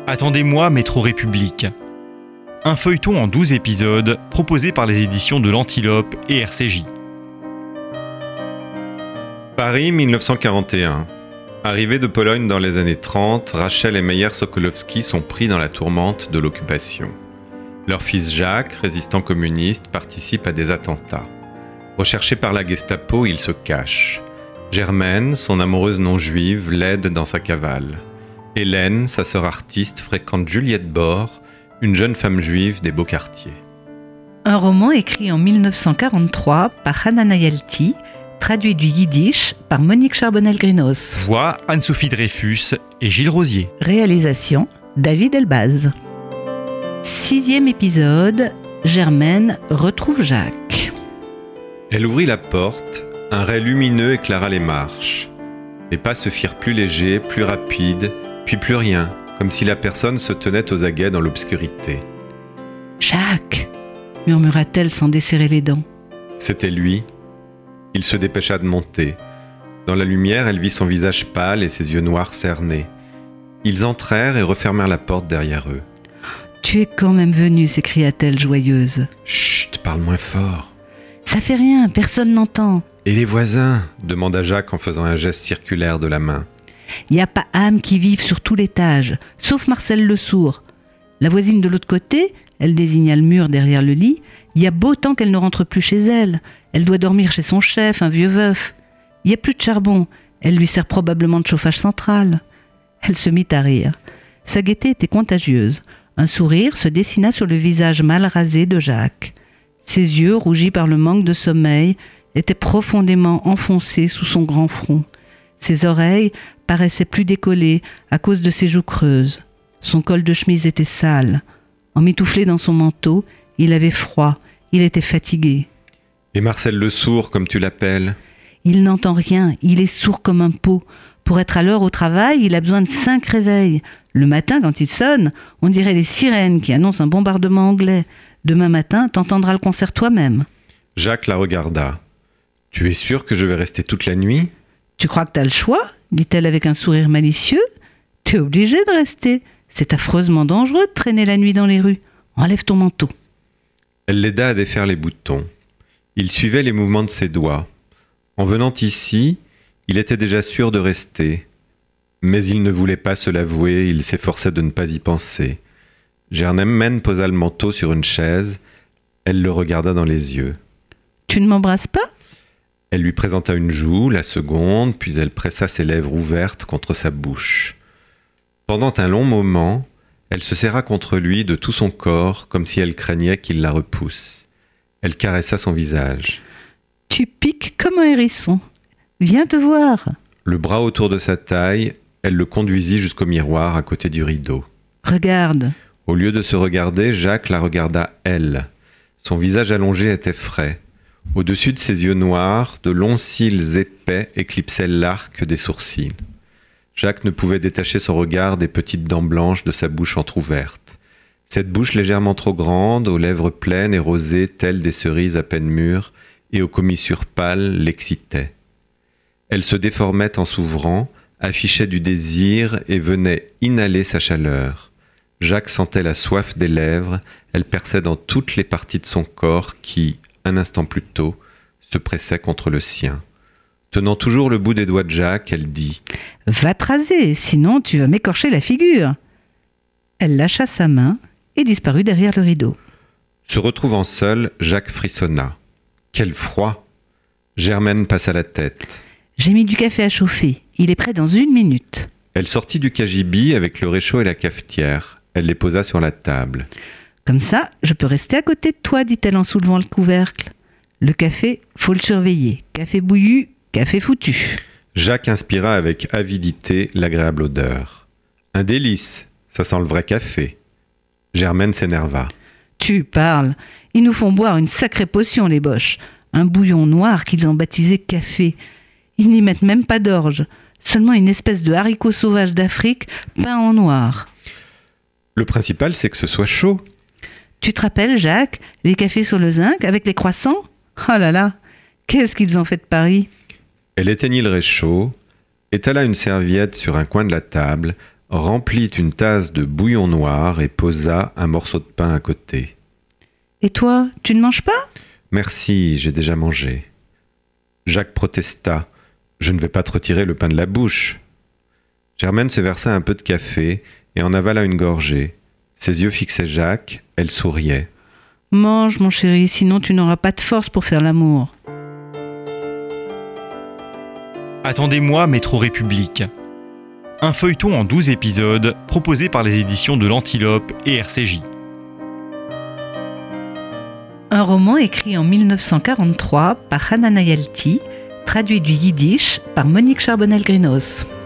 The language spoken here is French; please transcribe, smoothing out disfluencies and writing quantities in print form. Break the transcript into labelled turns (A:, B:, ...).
A: Attendez-moi, Métro République. Un feuilleton en 12 épisodes proposé par les éditions de l'Antilope et RCJ.
B: Paris 1941. Arrivée de Pologne dans les années 30, Rachel et Meyer Sokolowski sont pris dans la tourmente de l'occupation. Leur fils Jacques, résistant communiste, participe à des attentats. Recherché par la Gestapo, il se cache. Germaine, son amoureuse non juive, l'aide dans sa cavale. Hélène, sa sœur artiste, fréquente Juliette Bor, une jeune femme juive des beaux quartiers.
C: Un roman écrit en 1943 par Hanna Nayalti, traduit du yiddish par Monique Charbonnel-Grinos.
A: Voix Anne-Sophie Dreyfus et Gilles Rosier.
C: Réalisation David Elbaz. 6e épisode, Germaine retrouve Jacques.
B: Elle ouvrit la porte, un ray lumineux éclaira les marches. Les pas se firent plus légers, plus rapides, puis plus rien, comme si la personne se tenait aux aguets dans l'obscurité.
C: « Jacques !» murmura-t-elle sans desserrer les dents.
B: C'était lui. Il se dépêcha de monter. Dans la lumière, elle vit son visage pâle et ses yeux noirs cernés. Ils entrèrent et refermèrent la porte derrière eux.
C: « Tu es quand même venue » s'écria-t-elle joyeuse.
B: « Chut, parle moins fort. »«
C: Ça fait rien, personne n'entend. »«
B: Et les voisins ?» demanda Jacques en faisant un geste circulaire de la main.
C: « Il n'y a pas âme qui vive sur tout l'étage, sauf Marcel le sourd. La voisine de l'autre côté, elle désigna le mur derrière le lit, il y a beau temps qu'elle ne rentre plus chez elle. Elle doit dormir chez son chef, un vieux veuf. Il n'y a plus de charbon. Elle lui sert probablement de chauffage central. » Elle se mit à rire. Sa gaieté était contagieuse. Un sourire se dessina sur le visage mal rasé de Jacques. Ses yeux, rougis par le manque de sommeil, étaient profondément enfoncés sous son grand front. Ses oreilles paraissaient plus décollées à cause de ses joues creuses. Son col de chemise était sale. Emmitouflé dans son manteau, il avait froid. Il était fatigué.
B: « Et Marcel le sourd, comme tu l'appelles ?»
C: Il n'entend rien, il est sourd comme un pot. Pour être à l'heure au travail, il a besoin de 5 réveils. Le matin, quand il sonne, on dirait les sirènes qui annoncent un bombardement anglais. Demain matin, t'entendras le concert toi-même.
B: Jacques la regarda. « Tu es sûr que je vais rester toute la nuit ?»«
C: Tu crois que t'as le choix ?» dit-elle avec un sourire malicieux. « T'es obligé de rester. C'est affreusement dangereux de traîner la nuit dans les rues. Enlève ton manteau. »
B: Elle l'aida à défaire les boutons. Il suivait les mouvements de ses doigts. En venant ici, il était déjà sûr de rester. Mais il ne voulait pas se l'avouer, il s'efforçait de ne pas y penser. Germaine posa le manteau sur une chaise. Elle le regarda dans les yeux.
C: « Tu ne m'embrasses pas ?»
B: Elle lui présenta une joue, la seconde, puis elle pressa ses lèvres ouvertes contre sa bouche. Pendant un long moment, elle se serra contre lui de tout son corps, comme si elle craignait qu'il la repousse. Elle caressa son visage.
C: « Tu piques comme un hérisson. Viens te voir. »
B: Le bras autour de sa taille, elle le conduisit jusqu'au miroir à côté du rideau.
C: « Regarde. »
B: Au lieu de se regarder, Jacques la regarda elle. Son visage allongé était frais. Au-dessus de ses yeux noirs, de longs cils épais éclipsaient l'arc des sourcils. Jacques ne pouvait détacher son regard des petites dents blanches de sa bouche entr'ouverte. Cette bouche légèrement trop grande, aux lèvres pleines et rosées telles des cerises à peine mûres, et aux commissures pâles l'excitait. Elle se déformait en s'ouvrant, affichait du désir et venait inhaler sa chaleur. Jacques sentait la soif des lèvres, elle perçait dans toutes les parties de son corps qui, un instant plus tôt, se pressaient contre le sien. Tenant toujours le bout des doigts de Jacques, elle dit «
C: Va te raser, sinon tu vas m'écorcher la figure. » Elle lâcha sa main et disparut derrière le rideau.
B: Se retrouvant seul, Jacques frissonna. Quel froid! Germaine passa la tête.
C: « J'ai mis du café à chauffer. Il est prêt dans 1 minute. »
B: Elle sortit du cagibi avec le réchaud et la cafetière. Elle les posa sur la table.
C: « Comme ça, je peux rester à côté de toi, dit-elle en soulevant le couvercle. Le café, faut le surveiller. Café bouillu, café foutu. »
B: Jacques inspira avec avidité l'agréable odeur. « Un délice, ça sent le vrai café. » Germaine s'énerva.
C: « Tu parles. Ils nous font boire une sacrée potion, les boches. Un bouillon noir qu'ils ont baptisé café. Ils n'y mettent même pas d'orge. Seulement une espèce de haricot sauvage d'Afrique peint en noir. »
B: Le principal, c'est que ce soit chaud.
C: Tu te rappelles, Jacques, les cafés sur le zinc avec les croissants ? Oh là là, qu'est-ce qu'ils ont fait de Paris ?
B: Elle éteignit le réchaud, étala une serviette sur un coin de la table, remplit une tasse de bouillon noir et posa un morceau de pain à côté.
C: « Et toi, tu ne manges pas ?»«
B: Merci, j'ai déjà mangé. » Jacques protesta. « Je ne vais pas te retirer le pain de la bouche. » Germaine se versa un peu de café et en avala une gorgée. Ses yeux fixaient Jacques, elle souriait.
C: « Mange, mon chéri, sinon tu n'auras pas de force pour faire l'amour. »
A: Attendez-moi, Métro République. Un feuilleton en 12 épisodes proposé par les éditions de l'Antilope et RCJ.
C: Un roman écrit en 1943 par Hanna Nayalti, traduit du yiddish par Monique Charbonnel-Grinos.